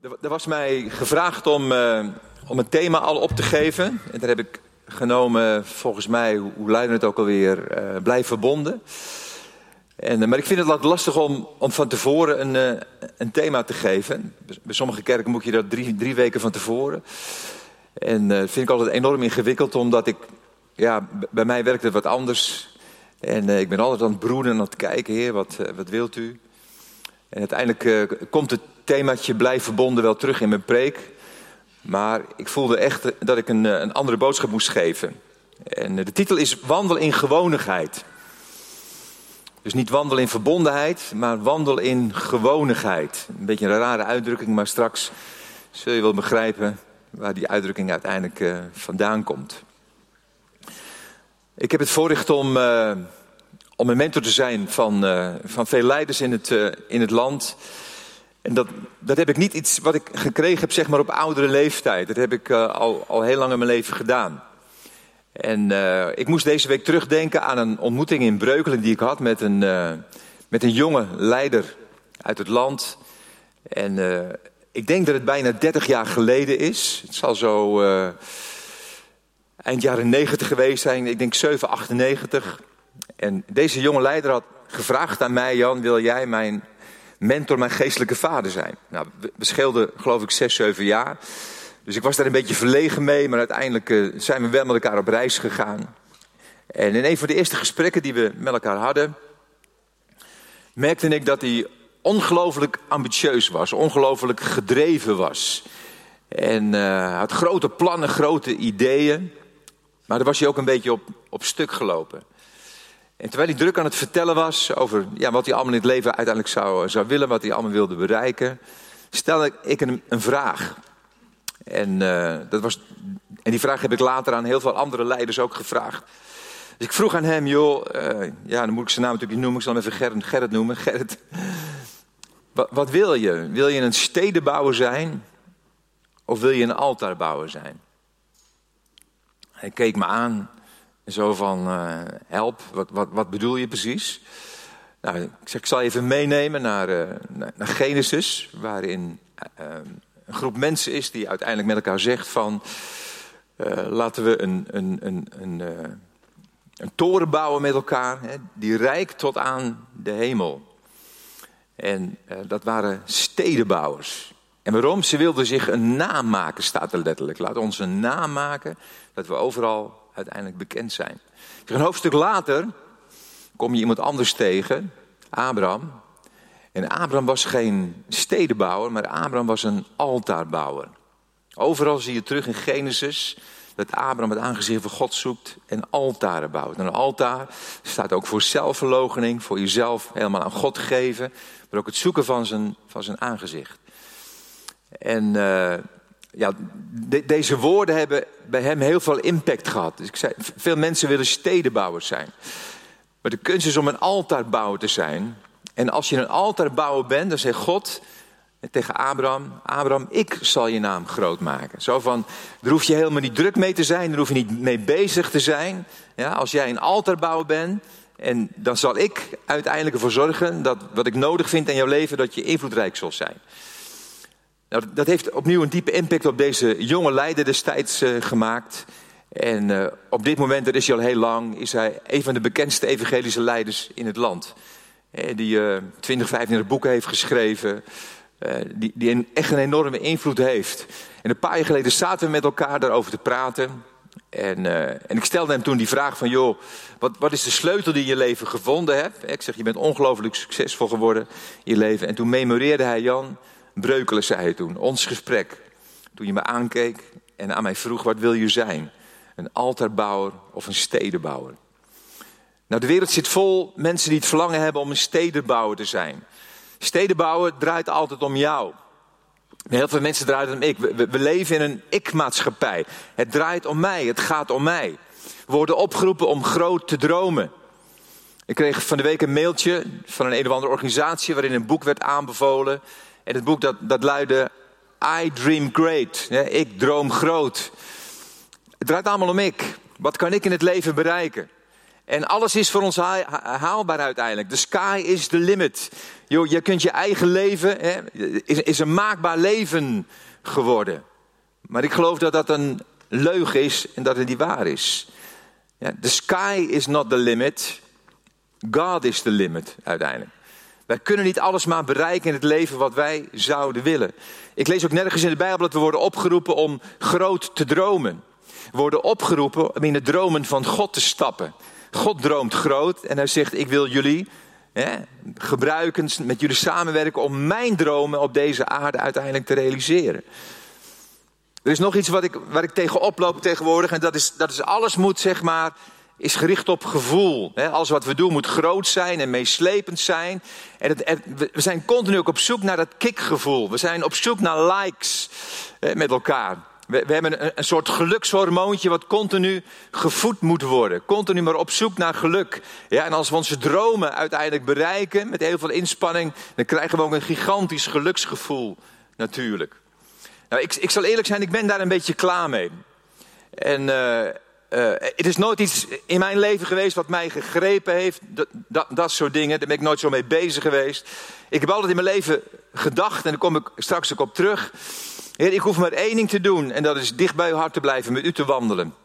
Er was mij gevraagd om een thema al op te geven. En daar heb ik genomen, volgens mij, hoe luidde het ook alweer, blijf verbonden. Maar ik vind het wat lastig om van tevoren een thema te geven. Bij sommige kerken moet je dat drie weken van tevoren. En dat vind ik altijd enorm ingewikkeld, omdat bij mij werkt het wat anders. En ik ben altijd aan het broeden en aan het kijken, Heer, wat wilt u? En uiteindelijk komt het themaatje blijf verbonden wel terug in mijn preek. Maar ik voelde echt dat ik een andere boodschap moest geven. En de titel is wandel in gewonigheid. Dus niet wandel in verbondenheid, maar wandel in gewonigheid. Een beetje een rare uitdrukking, maar straks zul je wel begrijpen waar die uitdrukking uiteindelijk vandaan komt. Ik heb het voorrecht om een mentor te zijn van veel leiders in het land. En dat heb ik niet iets wat ik gekregen heb, zeg maar, op oudere leeftijd. Dat heb ik al heel lang in mijn leven gedaan. En ik moest deze week terugdenken aan een ontmoeting in Breukelen die ik had met een jonge leider uit het land. En ik denk dat het bijna 30 jaar geleden is. Het zal zo eind jaren 90 geweest zijn. Ik denk 7, 98. En deze jonge leider had gevraagd aan mij: Jan, wil jij mijn mentor, mijn geestelijke vader zijn? Nou, we scheelden geloof ik 6, 7 jaar. Dus ik was daar een beetje verlegen mee, maar uiteindelijk zijn we wel met elkaar op reis gegaan. En in een van de eerste gesprekken die we met elkaar hadden, merkte ik dat hij ongelooflijk ambitieus was, ongelooflijk gedreven was. En had grote plannen, grote ideeën, maar daar was hij ook een beetje op stuk gelopen. En terwijl hij druk aan het vertellen was over wat hij allemaal in het leven uiteindelijk zou willen, wat hij allemaal wilde bereiken, stelde ik hem een vraag. En die vraag heb ik later aan heel veel andere leiders ook gevraagd. Dus ik vroeg aan hem, dan moet ik zijn naam natuurlijk niet noemen, ik zal hem even Gerrit noemen. Gerrit, wat wil je? Wil je een stedenbouwer zijn of wil je een altaarbouwer zijn? Hij keek me aan en zo van, help, wat bedoel je precies? Nou, ik zeg, ik zal je even meenemen naar Genesis, waarin een groep mensen is die uiteindelijk met elkaar zegt van, laten we een toren bouwen met elkaar, die reikt tot aan de hemel. En dat waren stedenbouwers. En waarom? Ze wilden zich een naam maken, staat er letterlijk. Laten we ons een naam maken, dat we overal uiteindelijk bekend zijn. Een hoofdstuk later kom je iemand anders tegen, Abraham. En Abraham was geen stedenbouwer, maar Abraham was een altaarbouwer. Overal zie je terug in Genesis dat Abraham het aangezicht van God zoekt en altaren bouwt. En een altaar staat ook voor zelfverloochening, voor jezelf helemaal aan God geven, maar ook het zoeken van zijn aangezicht. En deze woorden hebben bij hem heel veel impact gehad. Dus ik zei, veel mensen willen stedenbouwers zijn. Maar de kunst is om een altaarbouwer te zijn. En als je een altaarbouwer bent, dan zegt God tegen Abraham: Abraham, ik zal je naam groot maken. Zo van, daar hoef je helemaal niet druk mee te zijn, daar hoef je niet mee bezig te zijn. Ja, als jij een altaarbouwer bent, en dan zal ik uiteindelijk ervoor zorgen dat wat ik nodig vind in jouw leven, dat je invloedrijk zult zijn. Nou, dat heeft opnieuw een diepe impact op deze jonge leider destijds gemaakt. En op dit moment, dat is hij al heel lang, is hij een van de bekendste evangelische leiders in het land. Die 20, 25 boeken heeft geschreven. Die echt een enorme invloed heeft. En een paar jaar geleden zaten we met elkaar daarover te praten. En ik stelde hem toen die vraag van, wat is de sleutel die je in je leven gevonden hebt? Ik zeg, je bent ongelooflijk succesvol geworden in je leven. En toen memoreerde hij, Jan Breukelen, zei hij toen, ons gesprek. Toen je me aankeek en aan mij vroeg, wat wil je zijn? Een altaarbouwer of een stedenbouwer? Nou, de wereld zit vol mensen die het verlangen hebben om een stedenbouwer te zijn. Stedenbouwer draait altijd om jou. Heel veel mensen draaien om ik. We leven in een ik-maatschappij. Het draait om mij, het gaat om mij. We worden opgeroepen om groot te dromen. Ik kreeg van de week een mailtje van een of andere organisatie waarin een boek werd aanbevolen. En het boek dat luidde I Dream Great. Ik droom groot. Het draait allemaal om ik. Wat kan ik in het leven bereiken? En alles is voor ons haalbaar uiteindelijk. The sky is the limit. Je kunt je eigen leven, is een maakbaar leven geworden. Maar ik geloof dat dat een leugen is en dat het niet waar is. Ja, the sky is not the limit. God is the limit uiteindelijk. Wij kunnen niet alles maar bereiken in het leven wat wij zouden willen. Ik lees ook nergens in de Bijbel dat we worden opgeroepen om groot te dromen. We worden opgeroepen om in de dromen van God te stappen. God droomt groot en hij zegt, ik wil jullie gebruiken, met jullie samenwerken om mijn dromen op deze aarde uiteindelijk te realiseren. Er is nog iets waar ik tegenop loop tegenwoordig en dat is alles moet is gericht op gevoel. Alles wat we doen moet groot zijn en meeslepend zijn. En we zijn continu ook op zoek naar dat kickgevoel. We zijn op zoek naar likes met elkaar. We hebben een soort gelukshormoontje wat continu gevoed moet worden. Continu maar op zoek naar geluk. Ja, en als we onze dromen uiteindelijk bereiken met heel veel inspanning, dan krijgen we ook een gigantisch geluksgevoel natuurlijk. Nou, ik zal eerlijk zijn, ik ben daar een beetje klaar mee. En het is nooit iets in mijn leven geweest wat mij gegrepen heeft. Dat soort dingen, daar ben ik nooit zo mee bezig geweest. Ik heb altijd in mijn leven gedacht, en daar kom ik straks ook op terug. Heer, ik hoef maar één ding te doen en dat is dicht bij uw hart te blijven, met u te wandelen.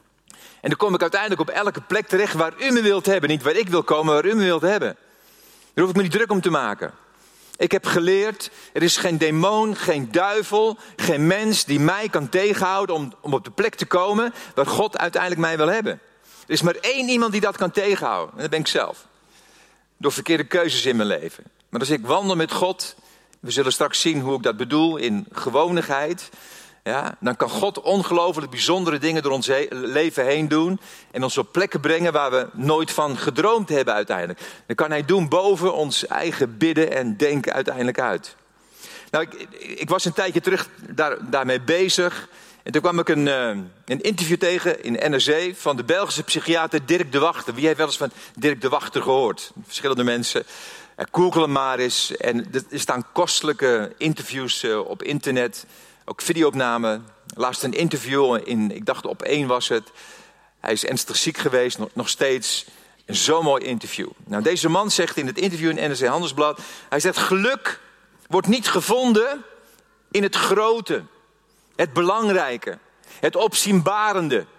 En dan kom ik uiteindelijk op elke plek terecht waar u me wilt hebben. Niet waar ik wil komen, maar waar u me wilt hebben. Daar hoef ik me niet druk om te maken. Ik heb geleerd, er is geen demon, geen duivel, geen mens die mij kan tegenhouden om op de plek te komen waar God uiteindelijk mij wil hebben. Er is maar één iemand die dat kan tegenhouden en dat ben ik zelf. Door verkeerde keuzes in mijn leven. Maar als ik wandel met God, we zullen straks zien hoe ik dat bedoel in gewonigheid. Ja, dan kan God ongelooflijk bijzondere dingen door ons leven heen doen. En ons op plekken brengen waar we nooit van gedroomd hebben uiteindelijk. Dat kan hij doen boven ons eigen bidden en denken uiteindelijk uit. Nou, ik was een tijdje terug daarmee bezig. En toen kwam ik een interview tegen in NRC van de Belgische psychiater Dirk de Wachter. Wie heeft wel eens van Dirk de Wachter gehoord? Verschillende mensen. Google hem maar eens. En er staan kostelijke interviews op internet. Ook videoopnamen. Laatst een interview ik dacht op 1 was het. Hij is ernstig ziek geweest, nog steeds. Een zo mooi interview. Nou, deze man zegt in het interview in NRC Handelsblad. Hij zegt, geluk wordt niet gevonden in het grote. Het belangrijke. Het opzienbarende. Het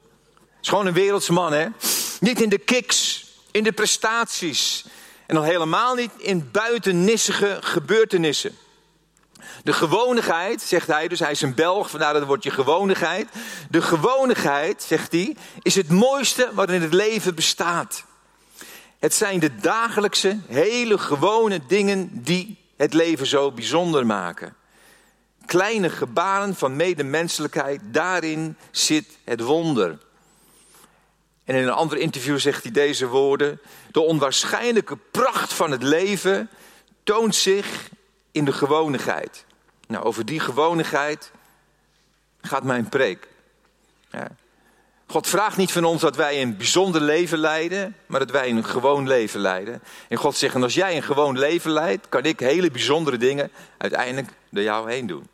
is gewoon een wereldse man, hè. Niet in de kicks, in de prestaties. En al helemaal niet in buitennissige gebeurtenissen. De gewonigheid, zegt hij, dus hij is een Belg, vandaar dat woordje gewonigheid. De gewonigheid, zegt hij, is het mooiste wat in het leven bestaat. Het zijn de dagelijkse, hele gewone dingen die het leven zo bijzonder maken. Kleine gebaren van medemenselijkheid, daarin zit het wonder. En in een ander interview zegt hij deze woorden. De onwaarschijnlijke pracht van het leven toont zich in de gewonigheid. Nou, over die gewonigheid gaat mijn preek. Ja. God vraagt niet van ons dat wij een bijzonder leven leiden, maar dat wij een gewoon leven leiden. En God zegt, en als jij een gewoon leven leidt, kan ik hele bijzondere dingen uiteindelijk door jou heen doen.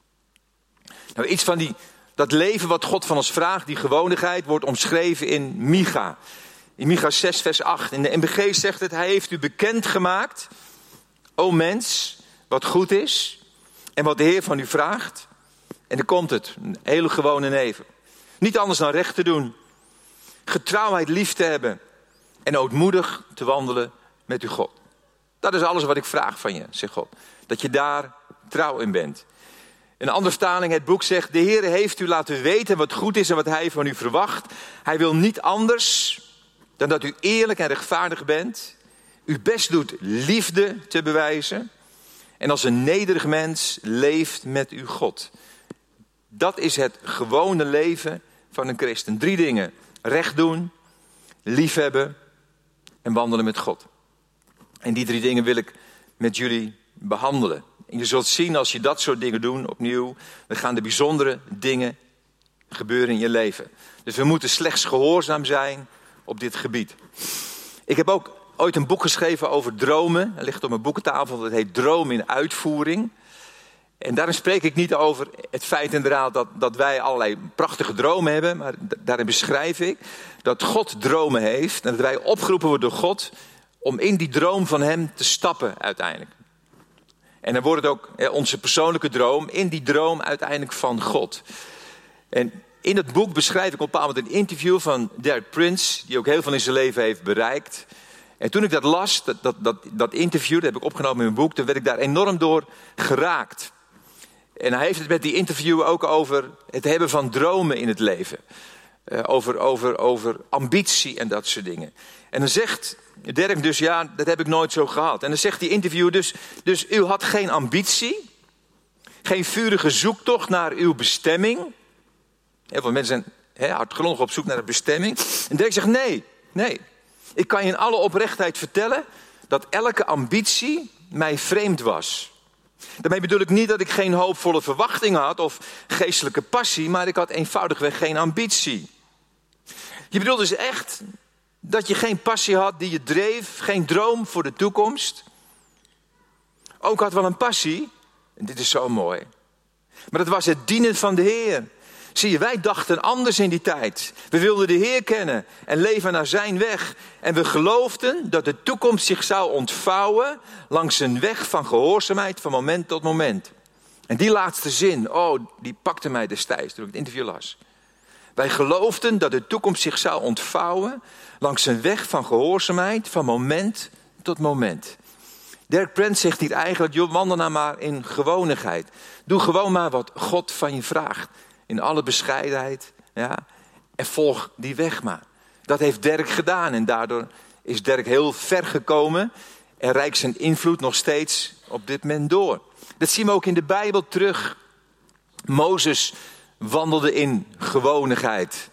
Nou, iets van dat leven wat God van ons vraagt, die gewonigheid, wordt omschreven in Micha. In Micha 6 vers 8. In de NBG zegt het, hij heeft u bekendgemaakt, o mens, wat goed is en wat de Heer van u vraagt. En dan komt het, een hele gewone leven. Niet anders dan recht te doen, getrouwheid lief te hebben en ootmoedig te wandelen met uw God. Dat is alles wat ik vraag van je, zegt God. Dat je daar trouw in bent. In een andere vertaling, het boek zegt, de Heer heeft u laten weten wat goed is en wat hij van u verwacht. Hij wil niet anders dan dat u eerlijk en rechtvaardig bent, uw best doet liefde te bewijzen en als een nederig mens leeft met uw God. Dat is het gewone leven van een christen. 3 dingen. Recht doen, liefhebben en wandelen met God. En die 3 dingen wil ik met jullie behandelen. En je zult zien als je dat soort dingen doet, opnieuw, dan gaan er bijzondere dingen gebeuren in je leven. Dus we moeten slechts gehoorzaam zijn op dit gebied. Ik heb ook ooit een boek geschreven over dromen. Het ligt op mijn boekentafel, dat heet Droom in Uitvoering. En daarin spreek ik niet over het feit inderdaad dat wij allerlei prachtige dromen hebben. Maar daarin beschrijf ik dat God dromen heeft. En dat wij opgeroepen worden door God om in die droom van hem te stappen uiteindelijk. En dan wordt het ook onze persoonlijke droom in die droom uiteindelijk van God. En in het boek beschrijf ik op een bepaald moment een interview van Derek Prince, die ook heel veel in zijn leven heeft bereikt. En toen ik dat las, dat interview, dat heb ik opgenomen in mijn boek, toen werd ik daar enorm door geraakt. En hij heeft het met die interview ook over het hebben van dromen in het leven. Over ambitie en dat soort dingen. En dan zegt Derek dus, ja, dat heb ik nooit zo gehad. En dan zegt die interviewer dus u had geen ambitie, geen vurige zoektocht naar uw bestemming. Heel veel mensen zijn hardgrondig op zoek naar een bestemming. En Derek zegt nee. Ik kan je in alle oprechtheid vertellen dat elke ambitie mij vreemd was. Daarmee bedoel ik niet dat ik geen hoopvolle verwachtingen had of geestelijke passie, maar ik had eenvoudigweg geen ambitie. Je bedoelt dus echt dat je geen passie had die je dreef, geen droom voor de toekomst. Ook had wel een passie, en dit is zo mooi, maar dat was het dienen van de Heer. Zie je, wij dachten anders in die tijd. We wilden de Heer kennen en leven naar zijn weg. En we geloofden dat de toekomst zich zou ontvouwen langs een weg van gehoorzaamheid van moment tot moment. En die laatste zin, die pakte mij destijds toen ik het interview las. Wij geloofden dat de toekomst zich zou ontvouwen langs een weg van gehoorzaamheid van moment tot moment. Derek Prince zegt hier eigenlijk, joh, wandel nou maar in gewonigheid. Doe gewoon maar wat God van je vraagt. In alle bescheidenheid, ja, en volg die weg maar. Dat heeft Derek gedaan en daardoor is Derek heel ver gekomen en reikt zijn invloed nog steeds op dit moment door. Dat zien we ook in de Bijbel terug. Mozes wandelde in gewonigheid.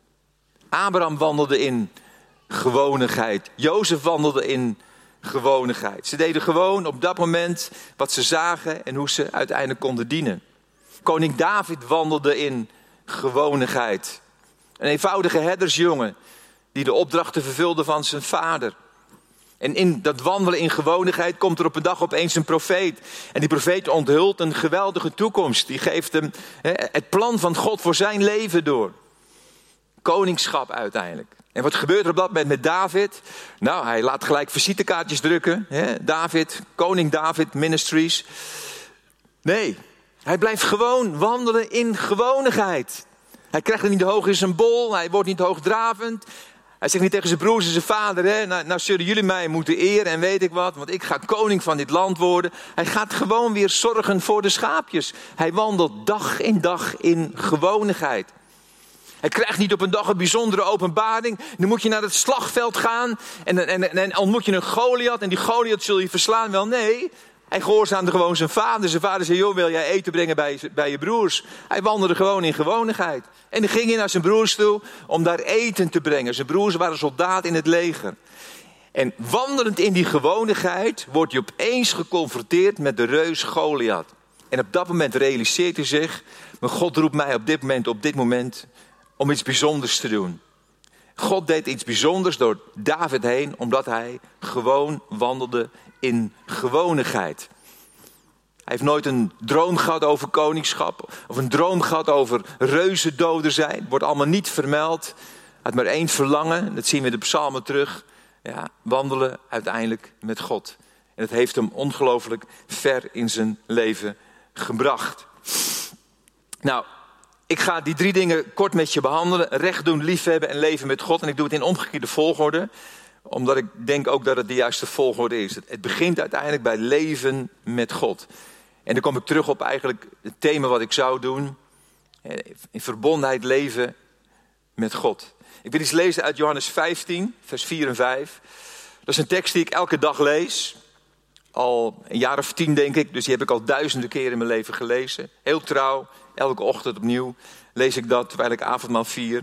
Abraham wandelde in gewonigheid. Jozef wandelde in gewonigheid. Ze deden gewoon op dat moment wat ze zagen en hoe ze uiteindelijk konden dienen. Koning David wandelde in gewonigheid. Een eenvoudige herdersjongen die de opdrachten vervulde van zijn vader. En in dat wandelen in gewonigheid komt er op een dag opeens een profeet. En die profeet onthult een geweldige toekomst. Die geeft hem het plan van God voor zijn leven door. Koningschap uiteindelijk. En wat gebeurt er op dat moment met David? Nou, hij laat gelijk visitekaartjes drukken. David, Koning David Ministries. Nee, hij blijft gewoon wandelen in gewonigheid. Hij krijgt het niet hoog in zijn bol. Hij wordt niet hoogdravend. Hij zegt niet tegen zijn broers en zijn vader, nou zullen jullie mij moeten eren en weet ik wat, want ik ga koning van dit land worden. Hij gaat gewoon weer zorgen voor de schaapjes. Hij wandelt dag in dag in gewonigheid. Hij krijgt niet op een dag een bijzondere openbaring. Dan moet je naar het slagveld gaan en ontmoet je een Goliath en die Goliath zul je verslaan. Wel nee, hij gehoorzaamde gewoon zijn vader. Zijn vader zei, joh, wil jij eten brengen bij je broers? Hij wandelde gewoon in gewonigheid. En dan ging hij naar zijn broers toe om daar eten te brengen. Zijn broers waren soldaten in het leger. En wandelend in die gewonigheid wordt hij opeens geconfronteerd met de reus Goliath. En op dat moment realiseert hij zich, maar God roept mij op dit moment om iets bijzonders te doen. God deed iets bijzonders door David heen, omdat hij gewoon wandelde in gewonigheid. Hij heeft nooit een droom gehad over koningschap of een droom gehad over reuzendoden zijn. Het wordt allemaal niet vermeld. Hij had maar één verlangen, dat zien we in de psalmen terug. Ja, wandelen uiteindelijk met God. En het heeft hem ongelooflijk ver in zijn leven gebracht. Nou, ik ga die 3 dingen kort met je behandelen. Recht doen, liefhebben en leven met God. En ik doe het in omgekeerde volgorde. Omdat ik denk ook dat het de juiste volgorde is. Het begint uiteindelijk bij leven met God. En dan kom ik terug op eigenlijk het thema wat ik zou doen. In verbondenheid leven met God. Ik wil iets lezen uit Johannes 15, vers 4 en 5. Dat is een tekst die ik elke dag lees. Al een jaar of 10 denk ik. Dus die heb ik al duizenden keren in mijn leven gelezen. Heel trouw. Elke ochtend opnieuw lees ik dat terwijl ik avondmaal vier.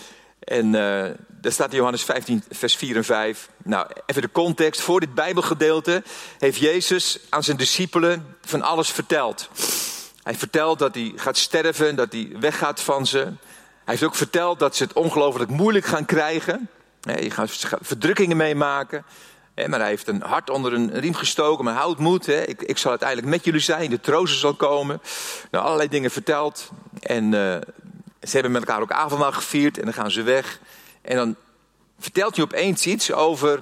En daar staat in Johannes 15, vers 4 en 5. Nou, even de context. Voor dit Bijbelgedeelte heeft Jezus aan zijn discipelen van alles verteld. Hij vertelt dat hij gaat sterven, dat hij weggaat van ze. Hij heeft ook verteld dat ze het ongelooflijk moeilijk gaan krijgen. Je gaat verdrukkingen meemaken. Maar hij heeft een hart onder een riem gestoken, maar houd moed. Ik zal uiteindelijk met jullie zijn, de trooster zal komen. Nou, allerlei dingen verteld. En ze hebben met elkaar ook avondmaal gevierd en dan gaan ze weg. En dan vertelt hij opeens iets over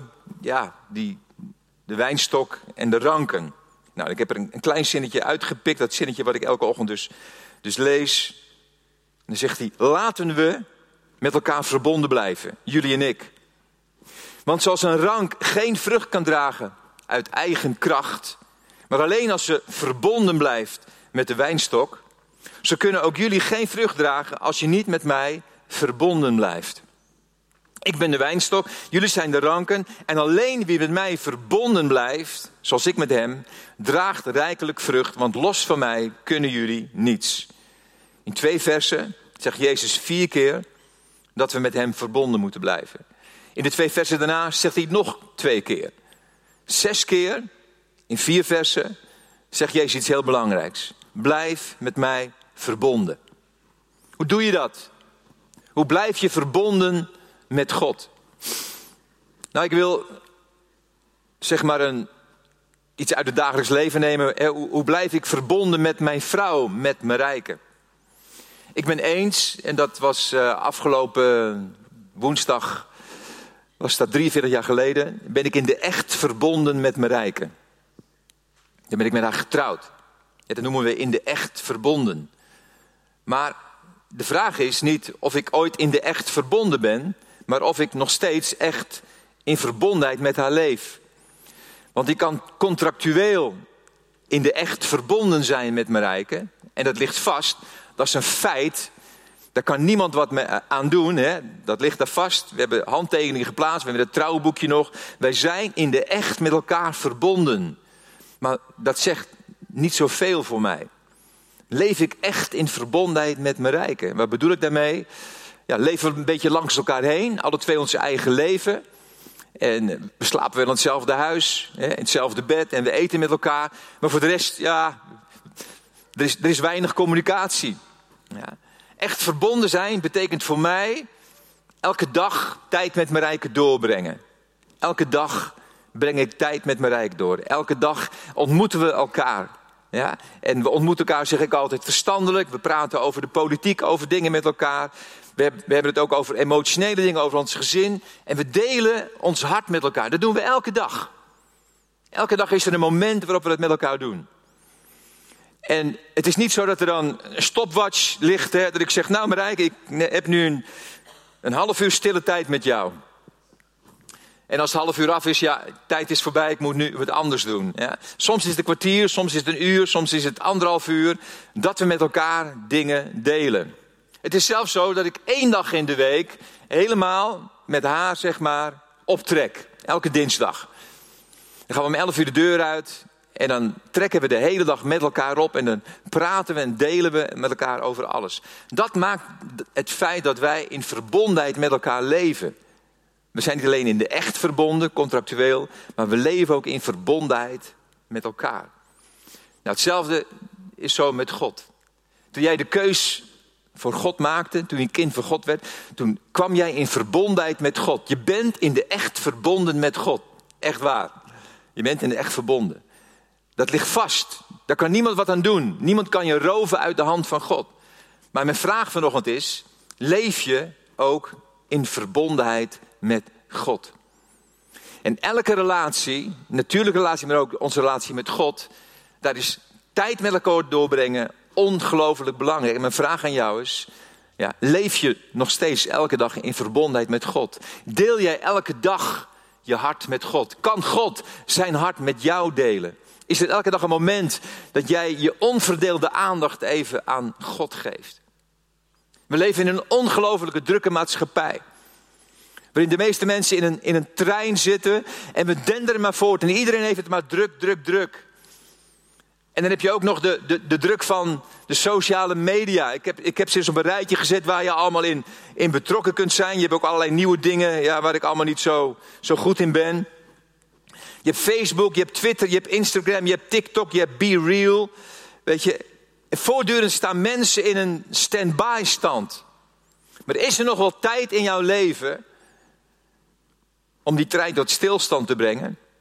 de wijnstok en de ranken. Nou, ik heb er een klein zinnetje uitgepikt, dat zinnetje wat ik elke ochtend dus lees. En dan zegt hij, laten we met elkaar verbonden blijven, jullie en ik. Want zoals een rank geen vrucht kan dragen uit eigen kracht, maar alleen als ze verbonden blijft met de wijnstok, zo kunnen ook jullie geen vrucht dragen als je niet met mij verbonden blijft. Ik ben de wijnstok, jullie zijn de ranken en alleen wie met mij verbonden blijft, zoals ik met hem, draagt rijkelijk vrucht, want los van mij kunnen jullie niets. In 2 versen zegt Jezus 4 keer dat we met hem verbonden moeten blijven. In de 2 versen daarna zegt hij het nog 2 keer. 6 keer, in 4 versen, zegt Jezus iets heel belangrijks. Blijf met mij verbonden. Hoe doe je dat? Hoe blijf je verbonden met God? Nou, ik wil zeg maar iets uit het dagelijks leven nemen. Hoe blijf ik verbonden met mijn vrouw, met Marijke? Ik ben eens, en dat was afgelopen woensdag, was dat 43 jaar geleden, ben ik in de echt verbonden met Marijke. Dan ben ik met haar getrouwd. Ja, dat noemen we in de echt verbonden. Maar de vraag is niet of ik ooit in de echt verbonden ben, maar of ik nog steeds echt in verbondenheid met haar leef. Want ik kan contractueel in de echt verbonden zijn met Marijke. En dat ligt vast. Dat is een feit. Daar kan niemand wat aan doen. Hè? Dat ligt daar vast. We hebben handtekeningen geplaatst. We hebben het trouwboekje nog. Wij zijn in de echt met elkaar verbonden. Maar dat zegt niet zoveel voor mij. Leef ik echt in verbondenheid met Marijke? Wat bedoel ik daarmee? Ja, leven we een beetje langs elkaar heen. Alle 2 ons eigen leven. En we slapen wel in hetzelfde huis. In hetzelfde bed. En we eten met elkaar. Maar voor de rest, ja, er is weinig communicatie. Ja. Echt verbonden zijn betekent voor mij elke dag tijd met Marijke doorbrengen. Elke dag breng ik tijd met Marijke door. Elke dag ontmoeten we elkaar. Ja? En we ontmoeten elkaar, zeg ik altijd, verstandelijk. We praten over de politiek, over dingen met elkaar. We hebben het ook over emotionele dingen, over ons gezin. En we delen ons hart met elkaar. Dat doen we elke dag. Elke dag is er een moment waarop we dat met elkaar doen. En het is niet zo dat er dan een stopwatch ligt. Hè, dat ik zeg, nou Marijke, ik heb nu een half uur stille tijd met jou. En als het half uur af is, ja, tijd is voorbij, ik moet nu wat anders doen. Ja. Soms is het een kwartier, soms is het een uur, soms is het 1,5 uur. Dat we met elkaar dingen delen. Het is zelfs zo dat ik 1 dag in de week helemaal met haar, zeg maar, optrek. Elke dinsdag. Dan gaan we om 11 uur de deur uit. En dan trekken we de hele dag met elkaar op. En dan praten we en delen we met elkaar over alles. Dat maakt het feit dat wij in verbondenheid met elkaar leven. We zijn niet alleen in de echt verbonden, contractueel. Maar we leven ook in verbondenheid met elkaar. Nou, hetzelfde is zo met God. Toen jij de keus voor God maakte, toen je een kind van God werd, toen kwam jij in verbondenheid met God. Je bent in de echt verbonden met God. Echt waar. Je bent in de echt verbonden. Dat ligt vast. Daar kan niemand wat aan doen. Niemand kan je roven uit de hand van God. Maar mijn vraag vanochtend is, leef je ook in verbondenheid met God? En elke relatie, natuurlijke relatie, maar ook onze relatie met God, daar is tijd met elkaar doorbrengen ongelooflijk belangrijk. En mijn vraag aan jou is, ja, leef je nog steeds elke dag in verbondenheid met God? Deel jij elke dag je hart met God? Kan God zijn hart met jou delen? Is het elke dag een moment dat jij je onverdeelde aandacht even aan God geeft? We leven in een ongelooflijke drukke maatschappij. Waarin de meeste mensen in een trein zitten en we denderen maar voort. En iedereen heeft het maar druk, druk, druk. En dan heb je ook nog de druk van de sociale media. Ik heb ze eens op een rijtje gezet waar je allemaal in betrokken kunt zijn. Je hebt ook allerlei nieuwe dingen, ja, waar ik allemaal niet zo goed in ben. Je hebt Facebook, je hebt Twitter, je hebt Instagram, je hebt TikTok, je hebt Be Real. Weet je, voortdurend staan mensen in een stand-by stand. Maar is er nog wel tijd in jouw leven om die trein tot stilstand te brengen?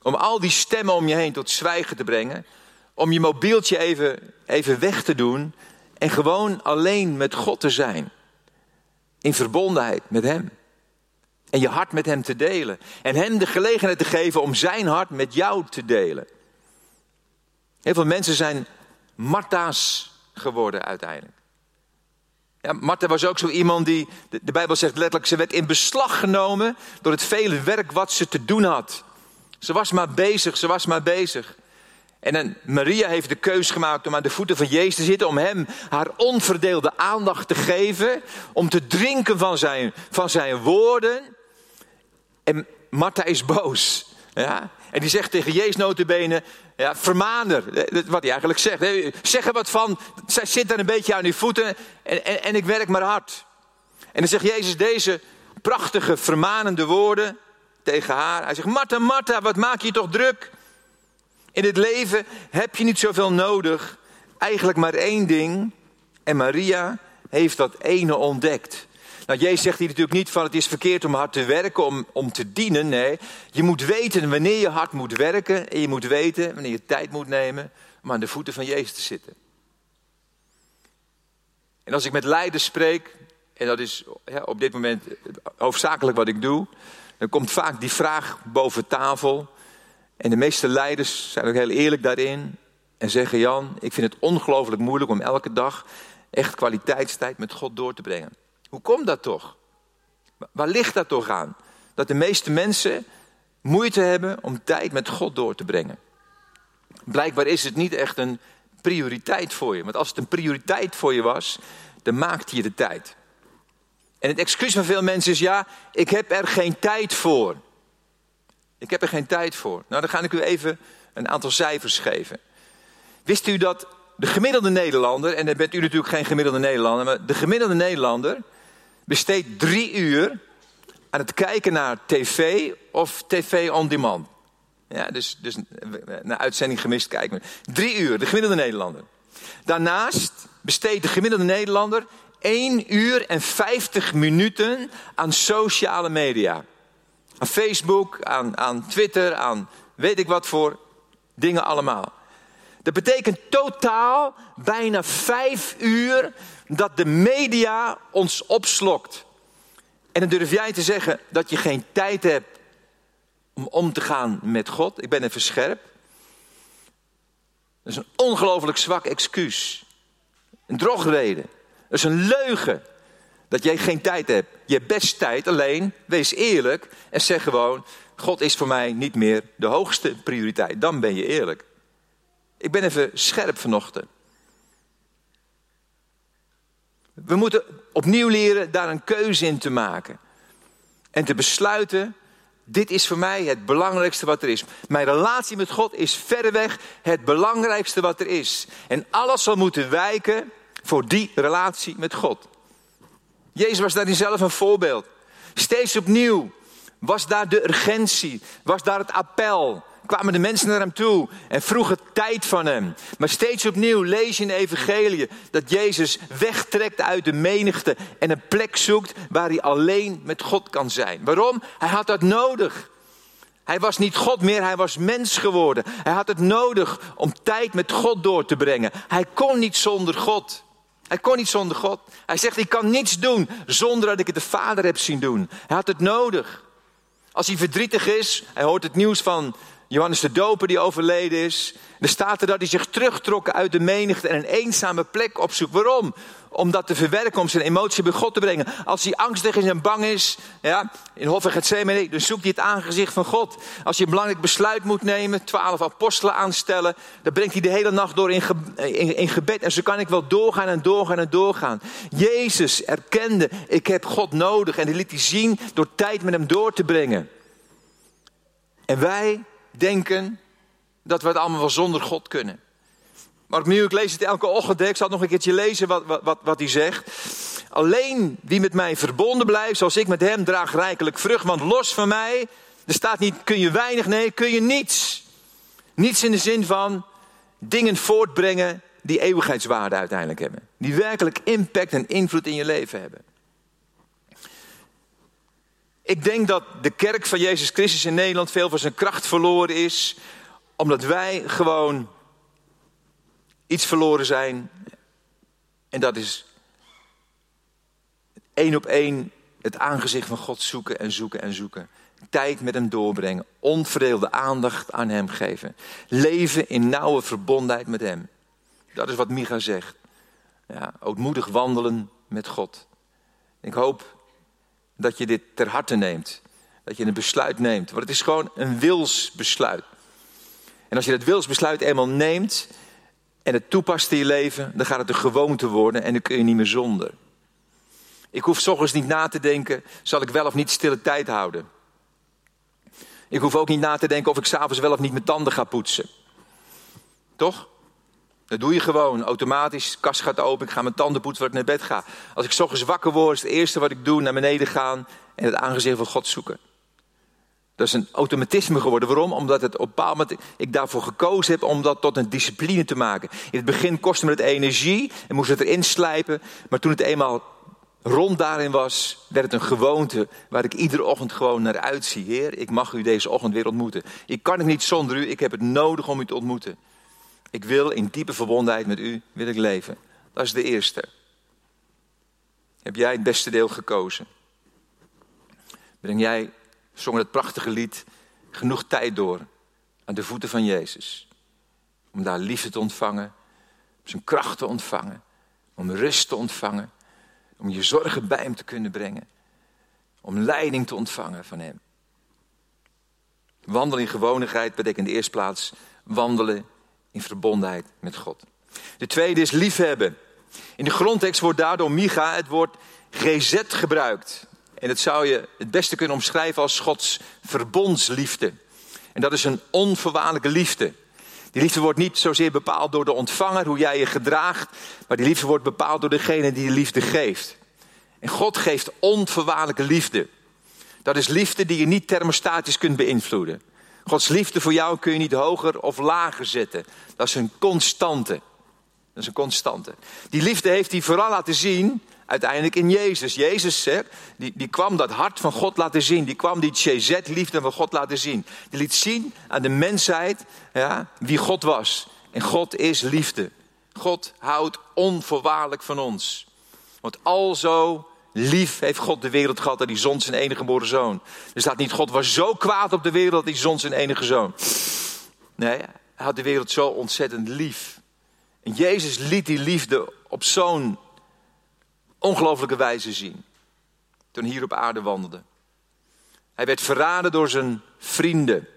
Om al die stemmen om je heen tot zwijgen te brengen. Om je mobieltje even weg te doen. En gewoon alleen met God te zijn. In verbondenheid met hem. En je hart met hem te delen. En hem de gelegenheid te geven om zijn hart met jou te delen. Heel veel mensen zijn Martha's geworden uiteindelijk. Ja, Martha was ook zo iemand die, de Bijbel zegt letterlijk, ze werd in beslag genomen door het vele werk wat ze te doen had. Ze was maar bezig. En dan Maria heeft de keus gemaakt om aan de voeten van Jezus te zitten, om hem haar onverdeelde aandacht te geven, om te drinken van zijn woorden. En Martha is boos. Ja? En die zegt tegen Jezus nota bene, ja, vermaan haar. Wat hij eigenlijk zegt. Zeg er wat van, zij zit daar een beetje aan uw voeten en ik werk maar hard. En dan zegt Jezus deze prachtige vermanende woorden tegen haar. Hij zegt, Martha, Martha, wat maak je toch druk? In het leven heb je niet zoveel nodig. Eigenlijk maar één ding. En Maria heeft dat ene ontdekt. Nou, Jezus zegt hier natuurlijk niet van het is verkeerd om hard te werken, om te dienen. Nee, je moet weten wanneer je hard moet werken. En je moet weten wanneer je tijd moet nemen om aan de voeten van Jezus te zitten. En als ik met leiders spreek, en dat is op dit moment hoofdzakelijk wat ik doe, dan komt vaak die vraag boven tafel. En de meeste leiders zijn ook heel eerlijk daarin. En zeggen, Jan, ik vind het ongelooflijk moeilijk om elke dag echt kwaliteitstijd met God door te brengen. Hoe komt dat toch? Waar ligt dat toch aan? Dat de meeste mensen moeite hebben om tijd met God door te brengen. Blijkbaar is het niet echt een prioriteit voor je. Want als het een prioriteit voor je was, dan maakte je de tijd. En het excuus van veel mensen is, ja, ik heb er geen tijd voor. Ik heb er geen tijd voor. Nou, dan ga ik u even een aantal cijfers geven. Wist u dat de gemiddelde Nederlander, en dan bent u natuurlijk geen gemiddelde Nederlander, maar de gemiddelde Nederlander besteedt 3 uur aan het kijken naar tv of tv on demand. Ja, dus naar uitzending gemist kijken. 3 uur, de gemiddelde Nederlander. Daarnaast besteedt de gemiddelde Nederlander 1 uur en 50 minuten aan sociale media. Aan Facebook, aan Twitter, aan weet ik wat voor dingen allemaal. Dat betekent totaal bijna 5 uur dat de media ons opslokt. En dan durf jij te zeggen dat je geen tijd hebt om te gaan met God. Ik ben even scherp. Dat is een ongelooflijk zwak excuus. Een drogreden. Dat is een leugen. Dat jij geen tijd hebt. Je hebt best tijd, alleen wees eerlijk en zeg gewoon, God is voor mij niet meer de hoogste prioriteit. Dan ben je eerlijk. Ik ben even scherp vanochtend. We moeten opnieuw leren daar een keuze in te maken. En te besluiten, dit is voor mij het belangrijkste wat er is. Mijn relatie met God is verreweg het belangrijkste wat er is. En alles zal moeten wijken voor die relatie met God. Jezus was daarin zelf een voorbeeld. Steeds opnieuw was daar de urgentie, was daar het appel. Kwamen de mensen naar hem toe en vroegen tijd van hem. Maar steeds opnieuw lees je in de evangelie dat Jezus wegtrekt uit de menigte en een plek zoekt waar hij alleen met God kan zijn. Waarom? Hij had dat nodig. Hij was niet God meer, hij was mens geworden. Hij had het nodig om tijd met God door te brengen. Hij kon niet zonder God. Hij zegt, ik kan niets doen zonder dat ik het de Vader heb zien doen. Hij had het nodig. Als hij verdrietig is, hij hoort het nieuws van Johannes de Doper die overleden is. Er staat er dat hij zich terugtrok uit de menigte en een eenzame plek opzoekt. Waarom? Om dat te verwerken, om zijn emotie bij God te brengen. Als hij angstig is en bang is, ja, in Hof van Gethsemane, dan zoekt hij het aangezicht van God. Als hij een belangrijk besluit moet nemen, 12 apostelen aanstellen, dan brengt hij de hele nacht door in gebed. En zo kan ik wel doorgaan. Jezus erkende, ik heb God nodig. En dat liet hij zien door tijd met hem door te brengen. En wij denken dat we het allemaal wel zonder God kunnen. Maar opnieuw, ik lees het elke ochtend. Ik zal het nog een keertje lezen wat hij zegt. Alleen wie met mij verbonden blijft, zoals ik met hem, draagt rijkelijk vrucht. Want los van mij, er staat niet, kun je weinig, nee, kun je niets. Niets in de zin van dingen voortbrengen die eeuwigheidswaarde uiteindelijk hebben. Die werkelijk impact en invloed in je leven hebben. Ik denk dat de kerk van Jezus Christus in Nederland veel van zijn kracht verloren is, omdat wij gewoon iets verloren zijn. En dat is 1 op 1 het aangezicht van God zoeken en zoeken en zoeken. Tijd met hem doorbrengen. Onverdeelde aandacht aan hem geven. Leven in nauwe verbondenheid met hem. Dat is wat Micha zegt. Ja, ootmoedig wandelen met God. Ik hoop dat je dit ter harte neemt. Dat je een besluit neemt. Want het is gewoon een wilsbesluit. En als je dat wilsbesluit eenmaal neemt en het toepast in je leven, dan gaat het een gewoonte worden en dan kun je niet meer zonder. Ik hoef 's ochtends niet na te denken, zal ik wel of niet stille tijd houden. Ik hoef ook niet na te denken of ik 's avonds wel of niet mijn tanden ga poetsen. Toch? Dat doe je gewoon, automatisch, de kast gaat open, ik ga mijn tanden poetsen voordat ik naar bed ga. Als ik 's ochtends wakker word, is het eerste wat ik doe naar beneden gaan en het aangezicht van God zoeken. Dat is een automatisme geworden. Waarom? Omdat het op een bepaald moment ik daarvoor gekozen heb om dat tot een discipline te maken. In het begin kostte me het energie en moest het erin slijpen. Maar toen het eenmaal rond daarin was, werd het een gewoonte waar ik iedere ochtend gewoon naar uitzie. Heer, ik mag u deze ochtend weer ontmoeten. Ik kan het niet zonder u, ik heb het nodig om u te ontmoeten. Ik wil in diepe verbondenheid met u wil ik leven. Dat is de eerste. Heb jij het beste deel gekozen? Breng jij, zong het prachtige lied, genoeg tijd door aan de voeten van Jezus. Om daar liefde te ontvangen, om zijn kracht te ontvangen, om rust te ontvangen, om je zorgen bij hem te kunnen brengen, om leiding te ontvangen van hem. Wandelen in gewonigheid betekent in de eerste plaats wandelen in verbondenheid met God. De tweede is liefhebben. In de grondtekst wordt daardoor Micha het woord gezet gebruikt. En dat zou je het beste kunnen omschrijven als Gods verbondsliefde. En dat is een onvoorwaardelijke liefde. Die liefde wordt niet zozeer bepaald door de ontvanger, hoe jij je gedraagt. Maar die liefde wordt bepaald door degene die de liefde geeft. En God geeft onvoorwaardelijke liefde. Dat is liefde die je niet thermostatisch kunt beïnvloeden. Gods liefde voor jou kun je niet hoger of lager zetten. Dat is een constante. Dat is een constante. Die liefde heeft hij vooral laten zien uiteindelijk in Jezus. Jezus die kwam dat hart van God laten zien. Die kwam die Chesed-liefde van God laten zien. Die liet zien aan de mensheid wie God was. En God is liefde. God houdt onvoorwaardelijk van ons. Want alzo lief heeft God de wereld gehad dat hij zond zijn enige geboren zoon. Er staat niet, God was zo kwaad op de wereld dat hij zond zijn enige zoon. Nee, hij had de wereld zo ontzettend lief. En Jezus liet die liefde op zo'n ongelooflijke wijze zien. Toen hij hier op aarde wandelde. Hij werd verraden door zijn vrienden.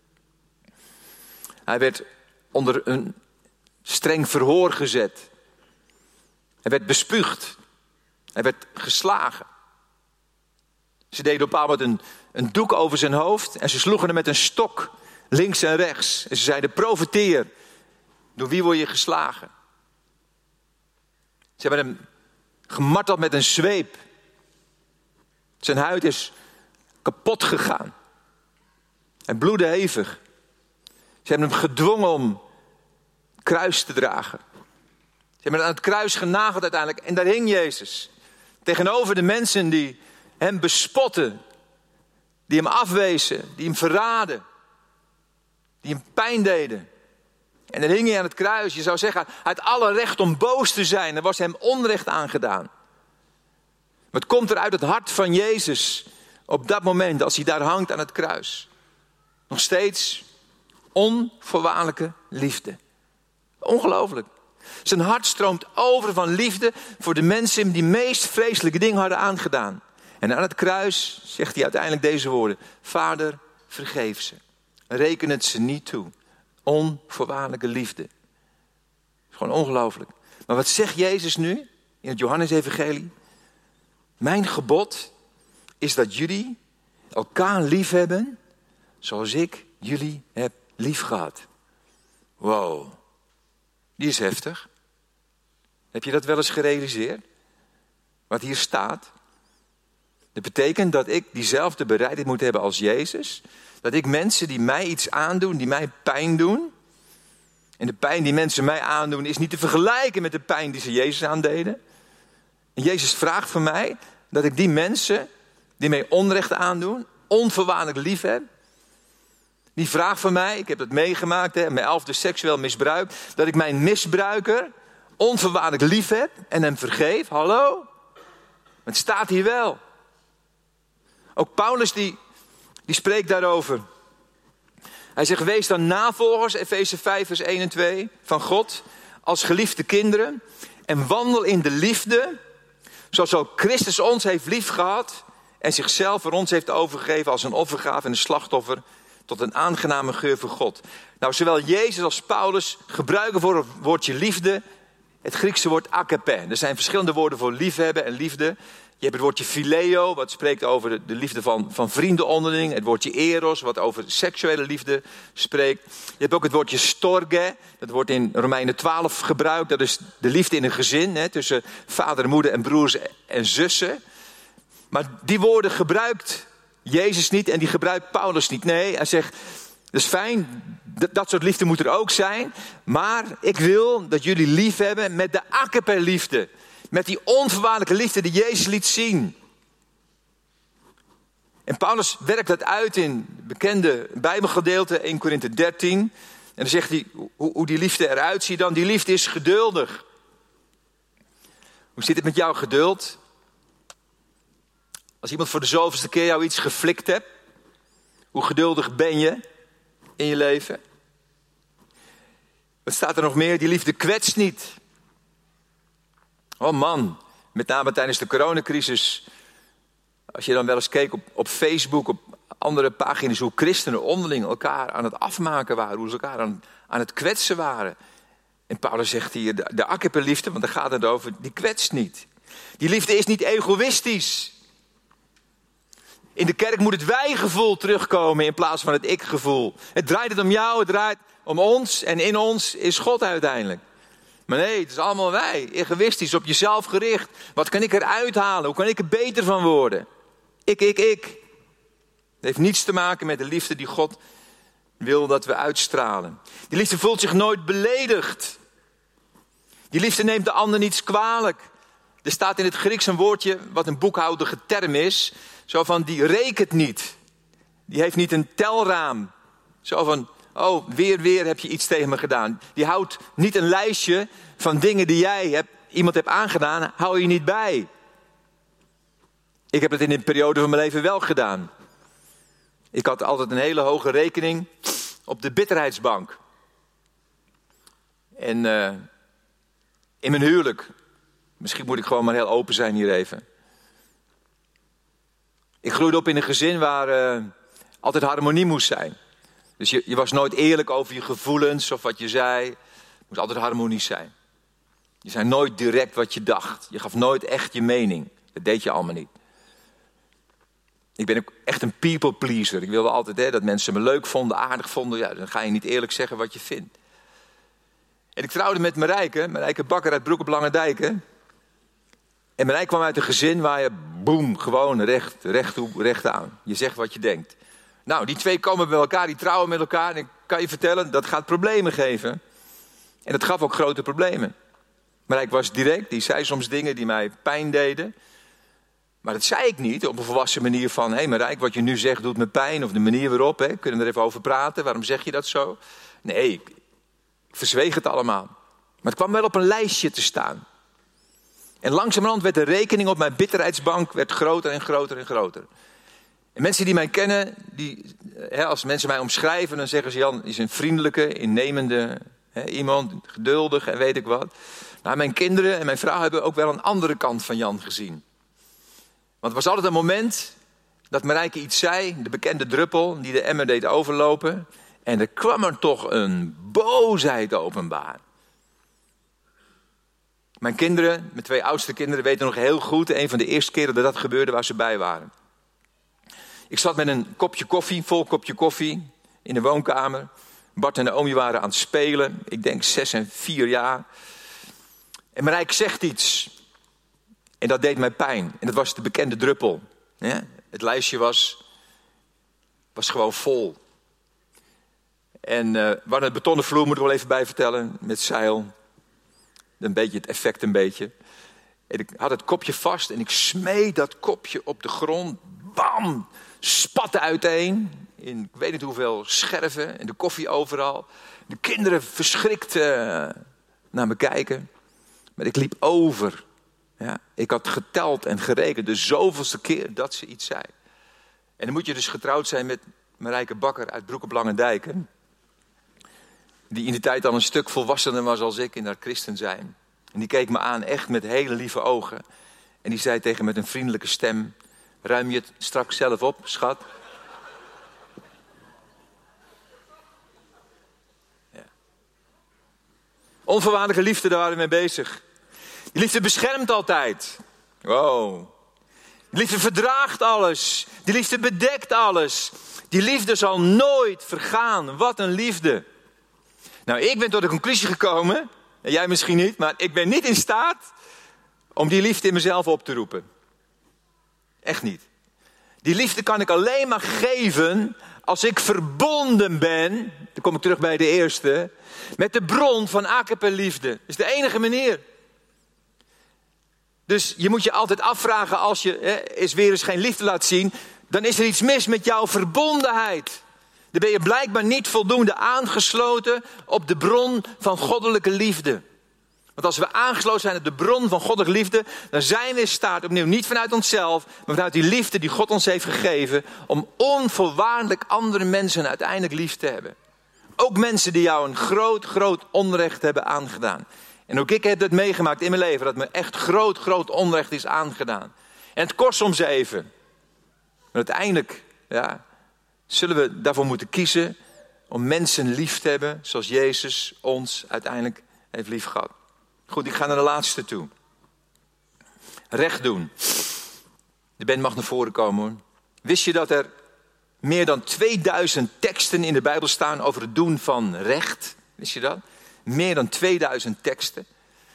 Hij werd onder een streng verhoor gezet. Hij werd bespuugd. Hij werd geslagen. Ze deden op een bepaald moment een doek over zijn hoofd. En ze sloegen hem met een stok links en rechts. En ze zeiden, profeteer. Door wie word je geslagen? Ze hebben hem gemarteld met een zweep. Zijn huid is kapot gegaan. Hij bloedde hevig. Ze hebben hem gedwongen om het kruis te dragen. Ze hebben hem aan het kruis genageld uiteindelijk. En daar hing Jezus. Tegenover de mensen die hem bespotten. Die hem afwezen. Die hem verraden. Die hem pijn deden. En dan hing hij aan het kruis. Je zou zeggen, hij had alle recht om boos te zijn. Er was hem onrecht aangedaan. Maar het komt er uit het hart van Jezus. Op dat moment, als hij daar hangt aan het kruis. Nog steeds onvoorwaardelijke liefde. Ongelooflijk. Zijn hart stroomt over van liefde voor de mensen die meest vreselijke dingen hadden aangedaan. En aan het kruis zegt hij uiteindelijk deze woorden. Vader, vergeef ze. Reken het ze niet toe. Onvoorwaardelijke liefde. Gewoon ongelooflijk. Maar wat zegt Jezus nu in het Johannesevangelie? Mijn gebod is dat jullie elkaar lief hebben zoals ik jullie heb lief gehad. Wow, die is heftig. Heb je dat wel eens gerealiseerd? Wat hier staat? Dat betekent dat ik diezelfde bereidheid moet hebben als Jezus. Dat ik mensen die mij iets aandoen, die mij pijn doen. En de pijn die mensen mij aandoen is niet te vergelijken met de pijn die ze Jezus aandeden. En Jezus vraagt van mij dat ik die mensen die mij onrecht aandoen, onvoorwaardelijk lief heb. Die vraagt van mij, ik heb het meegemaakt, mijn 11e seksueel misbruik, dat ik mijn misbruiker onvoorwaardelijk lief heb en hem vergeef. Hallo? Het staat hier wel. Ook Paulus die spreekt daarover. Hij zegt, wees dan navolgers, Efeze 5 vers 1 en 2, van God, als geliefde kinderen. En wandel in de liefde, zoals ook Christus ons heeft lief gehad en zichzelf voor ons heeft overgegeven als een offergave en een slachtoffer tot een aangename geur voor God. Nou, zowel Jezus als Paulus gebruiken voor het woordje liefde het Griekse woord agape. Er zijn verschillende woorden voor liefhebben en liefde. Je hebt het woordje phileo, wat spreekt over de liefde van vrienden onderling. Het woordje eros, wat over seksuele liefde spreekt. Je hebt ook het woordje storge, dat wordt in Romeinen 12 gebruikt. Dat is de liefde in een gezin, tussen vader, moeder en broers en zussen. Maar die woorden gebruikt Jezus niet en die gebruikt Paulus niet. Nee, hij zegt, dat is fijn, dat soort liefde moet er ook zijn. Maar ik wil dat jullie lief hebben met de agape liefde. Met die onvoorwaardelijke liefde die Jezus liet zien. En Paulus werkt dat uit in bekende Bijbelgedeelte 1 Korinthe 13. En dan zegt hij hoe die liefde eruit ziet dan. Die liefde is geduldig. Hoe zit het met jouw geduld? Als iemand voor de zoveelste keer jou iets geflikt hebt. Hoe geduldig ben je in je leven? Wat staat er nog meer? Die liefde kwetst niet. Oh man, met name tijdens de coronacrisis. Als je dan wel eens keek op Facebook, op andere pagina's, hoe christenen onderling elkaar aan het afmaken waren. Hoe ze elkaar aan het kwetsen waren. En Paulus zegt hier, de agape liefde, want daar gaat het over, die kwetst niet. Die liefde is niet egoïstisch. In de kerk moet het wij-gevoel terugkomen in plaats van het ik-gevoel. Het draait het om jou, het draait om ons en in ons is God uiteindelijk. Maar nee, het is allemaal wij, egoïstisch, op jezelf gericht. Wat kan ik eruit halen? Hoe kan ik er beter van worden? Ik. Het heeft niets te maken met de liefde die God wil dat we uitstralen. Die liefde voelt zich nooit beledigd. Die liefde neemt de ander niets kwalijk. Er staat in het Grieks een woordje wat een boekhoudige term is. Zo van, die rekent niet. Die heeft niet een telraam. Zo van, oh, weer heb je iets tegen me gedaan. Die houdt niet een lijstje van dingen die iemand hebt aangedaan. Hou je niet bij. Ik heb het in een periode van mijn leven wel gedaan. Ik had altijd een hele hoge rekening op de bitterheidsbank. En in mijn huwelijk. Misschien moet ik gewoon maar heel open zijn hier even. Ik groeide op in een gezin waar altijd harmonie moest zijn. Dus je was nooit eerlijk over je gevoelens of wat je zei. Het moest altijd harmonisch zijn. Je zei nooit direct wat je dacht. Je gaf nooit echt je mening. Dat deed je allemaal niet. Ik ben ook echt een people pleaser. Ik wilde altijd dat mensen me leuk vonden, aardig vonden. Ja, dan ga je niet eerlijk zeggen wat je vindt. En ik trouwde met Marijke Bakker uit Broek op Langendijken. En Marijke kwam uit een gezin waar je, boem, gewoon recht aan. Je zegt wat je denkt. Nou, die twee komen bij elkaar, die trouwen met elkaar. En ik kan je vertellen, dat gaat problemen geven. En dat gaf ook grote problemen. Marijke was direct, die zei soms dingen die mij pijn deden. Maar dat zei ik niet op een volwassen manier van, hé Marijke, wat je nu zegt doet me pijn. Of de manier waarop, kunnen we er even over praten. Waarom zeg je dat zo? Nee, ik verzweeg het allemaal. Maar het kwam wel op een lijstje te staan. En langzamerhand werd de rekening op mijn bitterheidsbank groter en groter en groter. En mensen die mij kennen, als mensen mij omschrijven, dan zeggen ze, Jan is een vriendelijke, innemende iemand, geduldig en weet ik wat. Nou, mijn kinderen en mijn vrouw hebben ook wel een andere kant van Jan gezien. Want er was altijd een moment dat Marijke iets zei, de bekende druppel die de emmer deed overlopen. En er kwam er toch een boosheid openbaar. Mijn kinderen, mijn twee oudste kinderen, weten nog heel goed, een van de eerste keren dat gebeurde waar ze bij waren. Ik zat met een vol kopje koffie, in de woonkamer. Bart en Naomi waren aan het spelen, ik denk 6 en 4 jaar. En Marijke zegt iets. En dat deed mij pijn. En dat was de bekende druppel. Ja? Het lijstje was gewoon vol. En we hadden het betonnen vloer, moet ik wel even bij vertellen, met zeil. Het effect een beetje. En ik had het kopje vast en ik smeet dat kopje op de grond. bam, spatten uiteen. In ik weet niet hoeveel scherven en de koffie overal. De kinderen verschrikt naar me kijken. Maar ik liep over. Ja, ik had geteld en gerekend de zoveelste keer dat ze iets zei. En dan moet je dus getrouwd zijn met Marijke Bakker uit Broek op Langendijk. Hè? Die in de tijd al een stuk volwassener was als ik in haar christen zijn. En die keek me aan echt met hele lieve ogen. En die zei tegen me met een vriendelijke stem: ruim je het straks zelf op, schat? Ja. Onvoorwaardelijke liefde, daar waren we mee bezig. Die liefde beschermt altijd. Wow. Die liefde verdraagt alles. Die liefde bedekt alles. Die liefde zal nooit vergaan. Wat een liefde. Nou, ik ben tot de conclusie gekomen, en jij misschien niet, maar ik ben niet in staat om die liefde in mezelf op te roepen. Echt niet. Die liefde kan ik alleen maar geven als ik verbonden ben, dan kom ik terug bij de eerste, met de bron van agape liefde. Dat is de enige manier. Dus je moet je altijd afvragen als je weer eens geen liefde laat zien, dan is er iets mis met jouw verbondenheid. Dan ben je blijkbaar niet voldoende aangesloten op de bron van goddelijke liefde. Want als we aangesloten zijn op de bron van goddelijke liefde, dan zijn we in staat, opnieuw niet vanuit onszelf, maar vanuit die liefde die God ons heeft gegeven, om onvoorwaardelijk andere mensen uiteindelijk lief te hebben. Ook mensen die jou een groot onrecht hebben aangedaan. En ook ik heb dat meegemaakt in mijn leven, dat me echt groot onrecht is aangedaan. En het kost soms even. Maar uiteindelijk, zullen we daarvoor moeten kiezen om mensen lief te hebben zoals Jezus ons uiteindelijk heeft lief gehad. Goed, ik ga naar de laatste toe. Recht doen. De band mag naar voren komen, hoor. Wist je dat er meer dan 2000 teksten in de Bijbel staan over het doen van recht? Wist je dat? Meer dan 2000 teksten.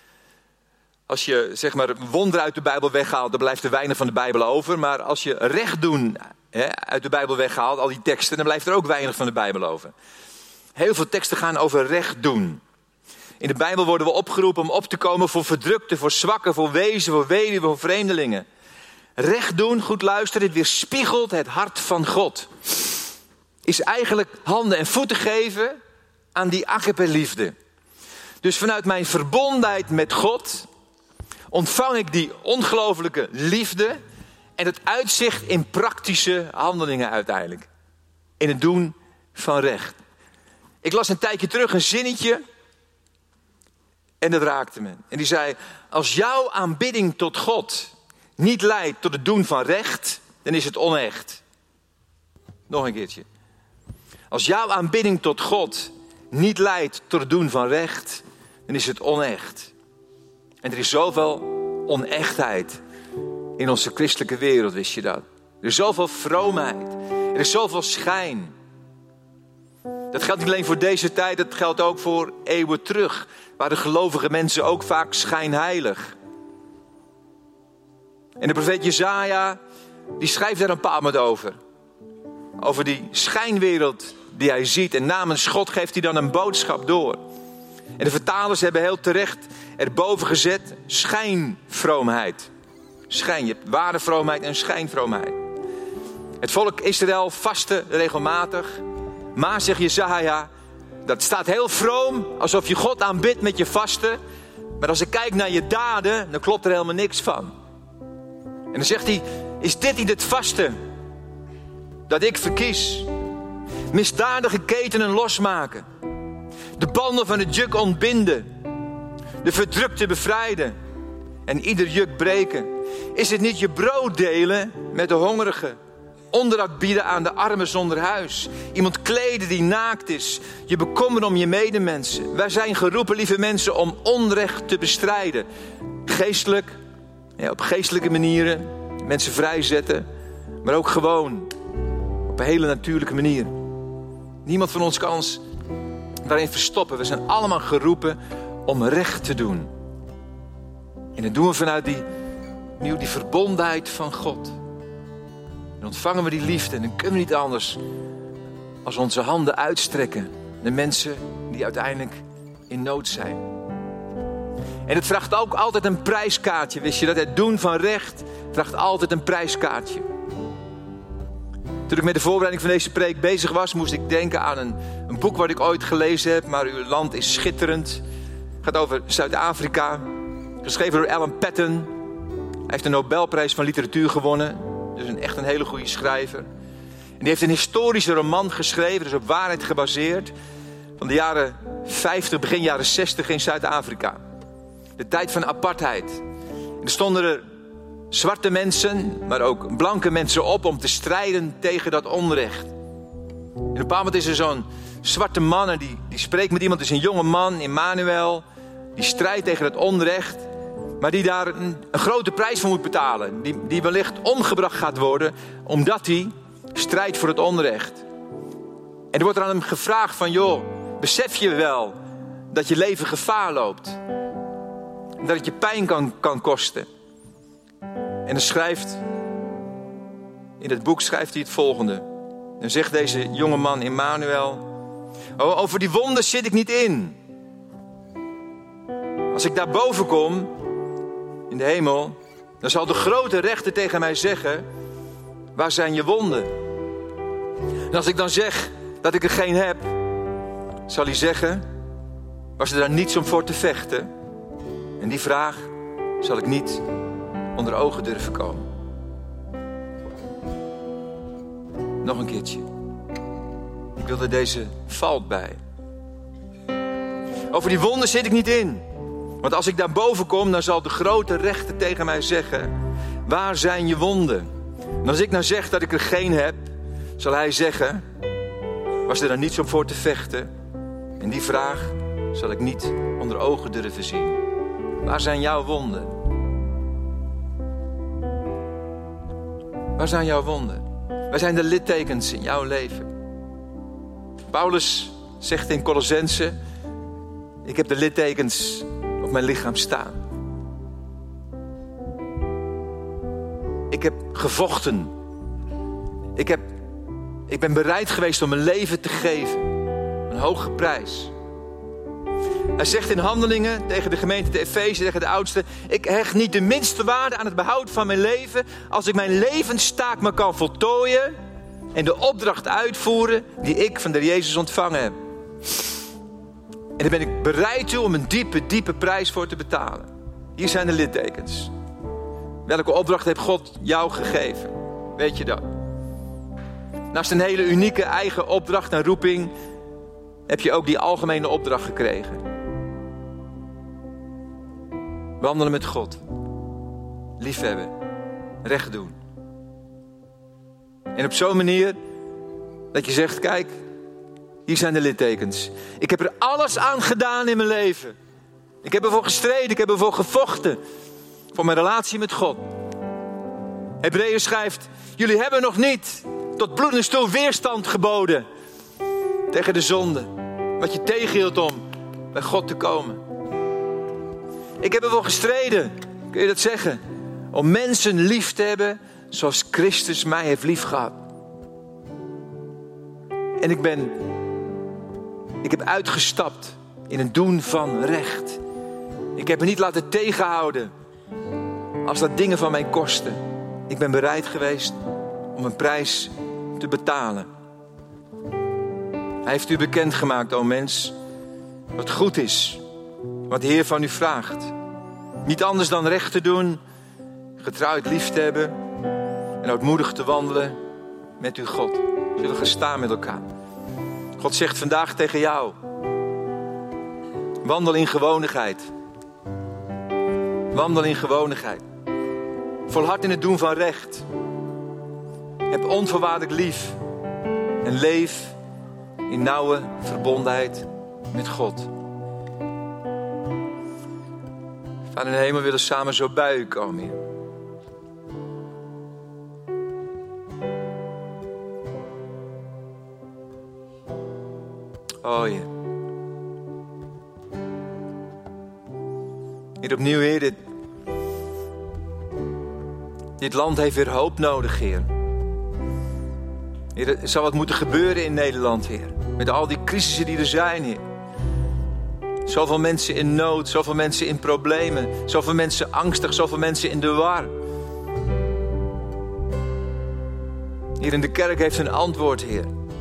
Als je zeg maar wonderen uit de Bijbel weghaalt, dan blijft er weinig van de Bijbel over. Maar als je recht doen uit de Bijbel weghaalt, al die teksten, dan blijft er ook weinig van de Bijbel over. Heel veel teksten gaan over recht doen. In de Bijbel worden we opgeroepen om op te komen voor verdrukten, voor zwakken, voor wezen, voor weduwen, voor vreemdelingen. Recht doen, goed luisteren, dit weerspiegelt het hart van God. Is eigenlijk handen en voeten geven aan die agape liefde. Dus vanuit mijn verbondenheid met God ontvang ik die ongelooflijke liefde en het uitzicht in praktische handelingen uiteindelijk. In het doen van recht. Ik las een tijdje terug een zinnetje en dat raakte me. En die zei: als jouw aanbidding tot God niet leidt tot het doen van recht, dan is het onecht. Nog een keertje. Als jouw aanbidding tot God niet leidt tot het doen van recht, dan is het onecht. En er is zoveel onechtheid in onze christelijke wereld, wist je dat? Er is zoveel vroomheid. Er is zoveel schijn. Dat geldt niet alleen voor deze tijd, dat geldt ook voor eeuwen terug. Waren gelovige mensen ook vaak schijnheilig. En de profeet Jesaja, die schrijft daar een paar moment over. Over die schijnwereld die hij ziet. En namens God geeft hij dan een boodschap door. En de vertalers hebben heel terecht erboven gezet schijnvroomheid. Schijn, je hebt ware vroomheid en schijnvroomheid. Het volk Israël vastte regelmatig. Maar, zegt Jesaja, dat staat heel vroom, alsof je God aanbidt met je vasten. Maar als ik kijk naar je daden, dan klopt er helemaal niks van. En dan zegt hij, is dit niet het vasten dat ik verkies? Misdadige ketenen losmaken. De banden van het juk ontbinden. De verdrukte bevrijden. En ieder juk breken. Is het niet je brood delen met de hongerigen? Onderdak bieden aan de armen zonder huis. Iemand kleden die naakt is. Je bekommeren om je medemensen. Wij zijn geroepen, lieve mensen, om onrecht te bestrijden. Geestelijk. Ja, op geestelijke manieren. Mensen vrijzetten. Maar ook gewoon. Op een hele natuurlijke manier. Niemand van ons kan ons daarin verstoppen. We zijn allemaal geroepen om recht te doen. En dat doen we vanuit die verbondenheid van God. En ontvangen we die liefde. En dan kunnen we niet anders als onze handen uitstrekken naar mensen die uiteindelijk in nood zijn. En het vraagt ook altijd een prijskaartje. Wist je dat? Het doen van recht vraagt altijd een prijskaartje. Toen ik met de voorbereiding van deze preek bezig was, moest ik denken aan een boek wat ik ooit gelezen heb. Maar uw land is schitterend. Het gaat over Zuid-Afrika. Geschreven door Alan Paton. Hij heeft de Nobelprijs van literatuur gewonnen. Dus echt een hele goede schrijver. En die heeft een historische roman geschreven, dus op waarheid gebaseerd. Van de jaren 50, begin jaren 60 in Zuid-Afrika. De tijd van apartheid. En er stonden er zwarte mensen, maar ook blanke mensen op om te strijden tegen dat onrecht. En op een bepaald moment is er zo'n zwarte man en die spreekt met iemand. Het is een jonge man, Emmanuel. Die strijdt tegen het onrecht. Maar die daar een grote prijs voor moet betalen. Die wellicht omgebracht gaat worden, omdat hij strijdt voor het onrecht. En er wordt aan hem gevraagd van, joh, besef je wel dat je leven gevaar loopt? En dat het je pijn kan kosten? En in het boek schrijft hij het volgende. Dan zegt deze jonge man, Emmanuel: over die wonden zit ik niet in. Als ik daar boven kom, in de hemel, dan zal de grote rechter tegen mij zeggen: waar zijn je wonden? En als ik dan zeg dat ik er geen heb, zal hij zeggen: was er daar niets om voor te vechten? En die vraag zal ik niet onder ogen durven komen. Nog een keertje. Ik wil er deze valt bij. Over die wonden zit ik niet in. Want als ik daar boven kom, dan zal de grote rechter tegen mij zeggen: waar zijn je wonden? En als ik nou zeg dat ik er geen heb, zal hij zeggen: was er dan niets om voor te vechten? En die vraag zal ik niet onder ogen durven zien. Waar zijn jouw wonden? Waar zijn jouw wonden? Waar zijn de littekens in jouw leven? Paulus zegt in Colossense: ik heb de littekens op mijn lichaam staan. Ik heb gevochten. Ik ben bereid geweest om mijn leven te geven. Een hoge prijs. Hij zegt in Handelingen tegen de gemeente de Efeze, tegen de oudsten: ik hecht niet de minste waarde aan het behoud van mijn leven, als ik mijn levenstaak maar kan voltooien en de opdracht uitvoeren die ik van de Jezus ontvangen heb. En daar ben ik bereid toe om een diepe prijs voor te betalen. Hier zijn de littekens. Welke opdracht heeft God jou gegeven? Weet je dat? Naast een hele unieke eigen opdracht en roeping heb je ook die algemene opdracht gekregen. Wandelen met God. Liefhebben. Recht doen. En op zo'n manier dat je zegt: kijk, hier zijn de littekens. Ik heb er alles aan gedaan in mijn leven. Ik heb ervoor gestreden, ik heb ervoor gevochten. Voor mijn relatie met God. Hebreeën schrijft: jullie hebben nog niet tot bloedens toe weerstand geboden tegen de zonde. Wat je tegenhield om bij God te komen. Ik heb ervoor gestreden, kun je dat zeggen? Om mensen lief te hebben zoals Christus mij heeft lief gehad. En ik heb uitgestapt in het doen van recht. Ik heb me niet laten tegenhouden als dat dingen van mij kosten. Ik ben bereid geweest om een prijs te betalen. Hij heeft u bekendgemaakt, o mens, wat goed is, wat de Heer van u vraagt. Niet anders dan recht te doen, getrouwd lief te hebben en ootmoedig te wandelen met uw God. Zullen we gaan staan met elkaar. God zegt vandaag tegen jou: wandel in gewonigheid. Wandel in gewonigheid. Volhard in het doen van recht. Heb onvoorwaardelijk lief. En leef in nauwe verbondenheid met God. Vader in de hemel, willen samen zo bij u komen, Heer. Oh, Heer. Heer, opnieuw, Heer, dit land heeft weer hoop nodig, Heer. Heer, er zal wat moeten gebeuren in Nederland, Heer. Met al die crisissen die er zijn, Heer. Zoveel mensen in nood, zoveel mensen in problemen, zoveel mensen angstig, zoveel mensen in de war. Heer, in de kerk heeft een antwoord, Heer.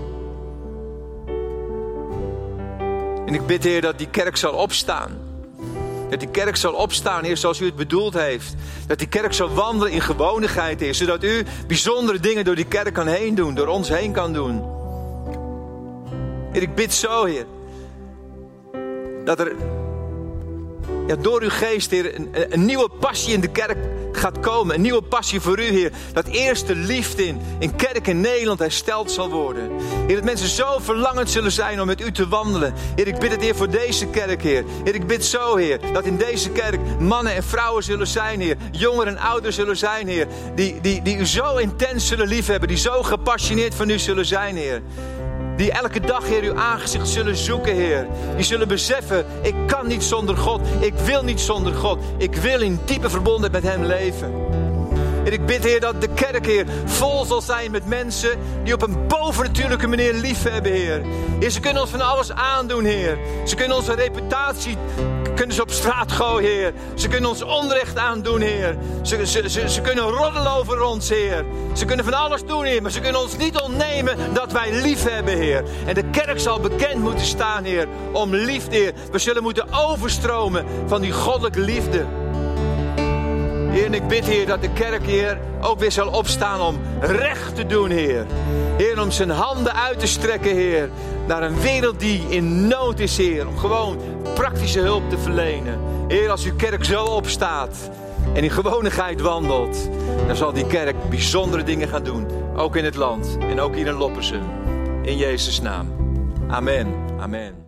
En ik bid, Heer, dat die kerk zal opstaan. Dat die kerk zal opstaan, Heer, zoals u het bedoeld heeft. Dat die kerk zal wandelen in gewonigheid, Heer. Zodat u bijzondere dingen door die kerk kan heen doen. Door ons heen kan doen. Heer, ik bid zo, Heer. Dat er door uw geest, Heer, een nieuwe passie in de kerk gaat komen. Een nieuwe passie voor u, Heer. Dat eerste liefde in kerk in Nederland hersteld zal worden. Heer, dat mensen zo verlangend zullen zijn om met u te wandelen. Heer, ik bid het, Heer, voor deze kerk, Heer. Heer, ik bid zo, Heer, dat in deze kerk mannen en vrouwen zullen zijn, Heer. Jongeren en ouderen zullen zijn, Heer. Die u zo intens zullen liefhebben. Die zo gepassioneerd van u zullen zijn, Heer. Die elke dag, Heer, uw aangezicht zullen zoeken, Heer. Die zullen beseffen, ik kan niet zonder God. Ik wil niet zonder God. Ik wil in diepe verbondenheid met hem leven. En ik bid, Heer, dat de kerk, Heer, vol zal zijn met mensen die op een bovennatuurlijke manier lief hebben, Heer. Heer, ze kunnen ons van alles aandoen, Heer. Ze kunnen onze reputatie op straat gooien, Heer. Ze kunnen ons onrecht aandoen, Heer. Ze kunnen roddelen over ons, Heer. Ze kunnen van alles doen, Heer. Maar ze kunnen ons niet ontnemen dat wij lief hebben, Heer. En de kerk zal bekend moeten staan, Heer, om liefde, Heer. We zullen moeten overstromen van die goddelijke liefde. Heer, en ik bid, Heer, dat de kerk, Heer, ook weer zal opstaan om recht te doen, Heer. Heer, om zijn handen uit te strekken, Heer, naar een wereld die in nood is, Heer. Om gewoon praktische hulp te verlenen. Heer, als uw kerk zo opstaat en in gewonigheid wandelt, dan zal die kerk bijzondere dingen gaan doen. Ook in het land en ook hier in Loppersum. In Jezus' naam. Amen. Amen.